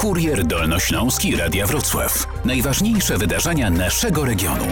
Kurier Dolnośląski Radia Wrocław. Najważniejsze wydarzenia naszego regionu.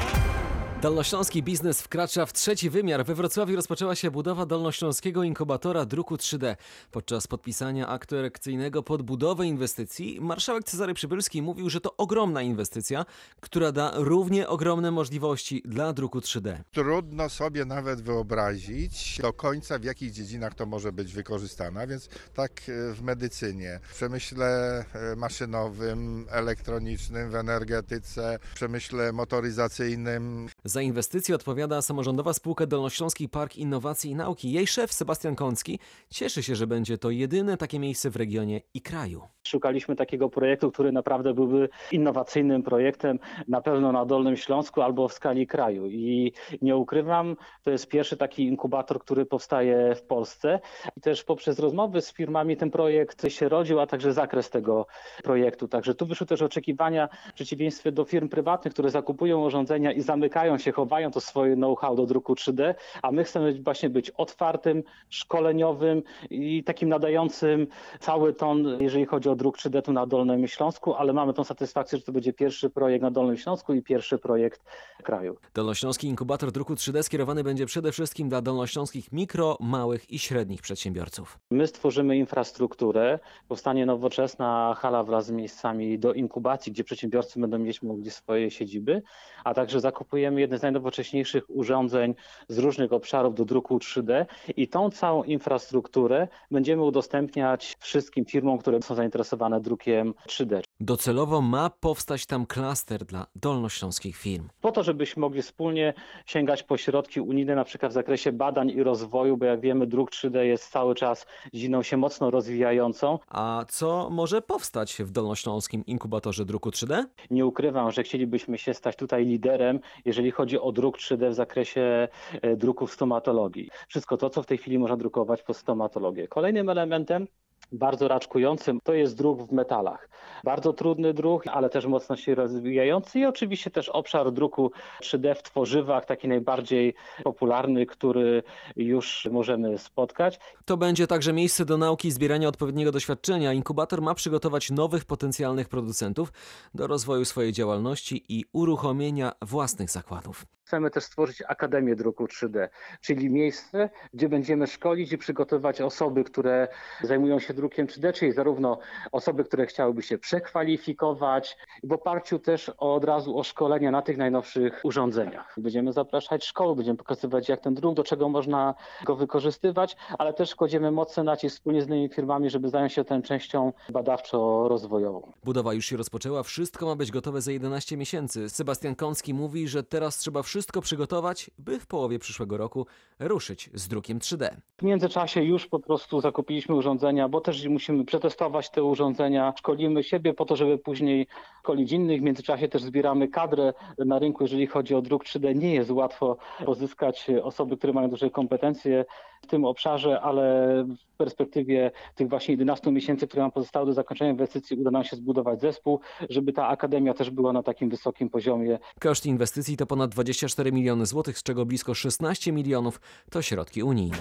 Dolnośląski biznes wkracza w trzeci wymiar. We Wrocławiu rozpoczęła się budowa dolnośląskiego inkubatora druku 3D. Podczas podpisania aktu erekcyjnego pod budowę inwestycji marszałek Cezary Przybylski mówił, że to ogromna inwestycja, która da równie ogromne możliwości dla druku 3D. Trudno sobie nawet wyobrazić do końca, w jakich dziedzinach to może być wykorzystane, więc tak w medycynie, w przemyśle maszynowym, elektronicznym, w energetyce, w przemyśle motoryzacyjnym. Za inwestycję odpowiada samorządowa spółka Dolnośląski Park Innowacji i Nauki. Jej szef Sebastian Kącki cieszy się, że będzie to jedyne takie miejsce w regionie i kraju. Szukaliśmy takiego projektu, który naprawdę byłby innowacyjnym projektem, na pewno na Dolnym Śląsku albo w skali kraju. I nie ukrywam, to jest pierwszy taki inkubator, który powstaje w Polsce. I też poprzez rozmowy z firmami ten projekt się rodził, a także zakres tego projektu. Także tu wyszły też oczekiwania, w przeciwieństwie do firm prywatnych, które zakupują urządzenia i zamykają się, chowają to swoje know-how do druku 3D, a my chcemy właśnie być otwartym, szkoleniowym i takim nadającym cały ton, jeżeli chodzi o druk 3D tu na Dolnym Śląsku, ale mamy tą satysfakcję, że to będzie pierwszy projekt na Dolnym Śląsku i pierwszy projekt w kraju. Dolnośląski inkubator druku 3D skierowany będzie przede wszystkim dla dolnośląskich mikro, małych i średnich przedsiębiorców. My stworzymy infrastrukturę, powstanie nowoczesna hala wraz z miejscami do inkubacji, gdzie przedsiębiorcy będą mogli swoje siedziby, a także zakupujemy jedne z najnowocześniejszych urządzeń z różnych obszarów do druku 3D i tą całą infrastrukturę będziemy udostępniać wszystkim firmom, które są zainteresowane drukiem 3D. Docelowo ma powstać tam klaster dla dolnośląskich firm. Po to, żebyśmy mogli wspólnie sięgać po środki unijne, na przykład w zakresie badań i rozwoju, bo jak wiemy, druk 3D jest cały czas dziedziną się mocno rozwijającą. A co może powstać w dolnośląskim inkubatorze druku 3D? Nie ukrywam, że chcielibyśmy się stać tutaj liderem, jeżeli chodzi o druk 3D w zakresie druku w stomatologii. Wszystko to, co w tej chwili można drukować pod stomatologię. Kolejnym elementem bardzo raczkującym to jest druk w metalach. Bardzo trudny druk, ale też mocno się rozwijający i oczywiście też obszar druku 3D w tworzywach, taki najbardziej popularny, który już możemy spotkać. To będzie także miejsce do nauki i zbierania odpowiedniego doświadczenia. Inkubator ma przygotować nowych potencjalnych producentów do rozwoju swojej działalności i uruchomienia własnych zakładów. Chcemy też stworzyć Akademię Druku 3D, czyli miejsce, gdzie będziemy szkolić i przygotowywać osoby, które zajmują się drukiem 3D, czyli zarówno osoby, które chciałyby się przekwalifikować, w oparciu też od razu o szkolenia na tych najnowszych urządzeniach. Będziemy zapraszać szkoły, będziemy pokazywać, jak ten druk, do czego można go wykorzystywać, ale też kładziemy mocny nacisk wspólnie z innymi firmami, żeby zająć się tą częścią badawczo-rozwojową. Budowa już się rozpoczęła, wszystko ma być gotowe za 11 miesięcy. Sebastian Kącki mówi, że teraz trzeba wszystko przygotować, by w połowie przyszłego roku ruszyć z drukiem 3D. W międzyczasie już po prostu zakupiliśmy urządzenia, bo też musimy przetestować te urządzenia, szkolimy siebie po to, żeby później szkolić innych. W międzyczasie też zbieramy kadrę na rynku, jeżeli chodzi o druk 3D. Nie jest łatwo pozyskać osoby, które mają duże kompetencje w tym obszarze, ale w perspektywie tych właśnie 11 miesięcy, które nam pozostały do zakończenia inwestycji, uda nam się zbudować zespół, żeby ta akademia też była na takim wysokim poziomie. Koszt inwestycji to ponad 24 miliony złotych, z czego blisko 16 milionów to środki unijne.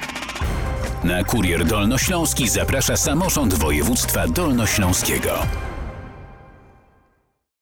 Na Kurier Dolnośląski zaprasza samorząd województwa dolnośląskiego.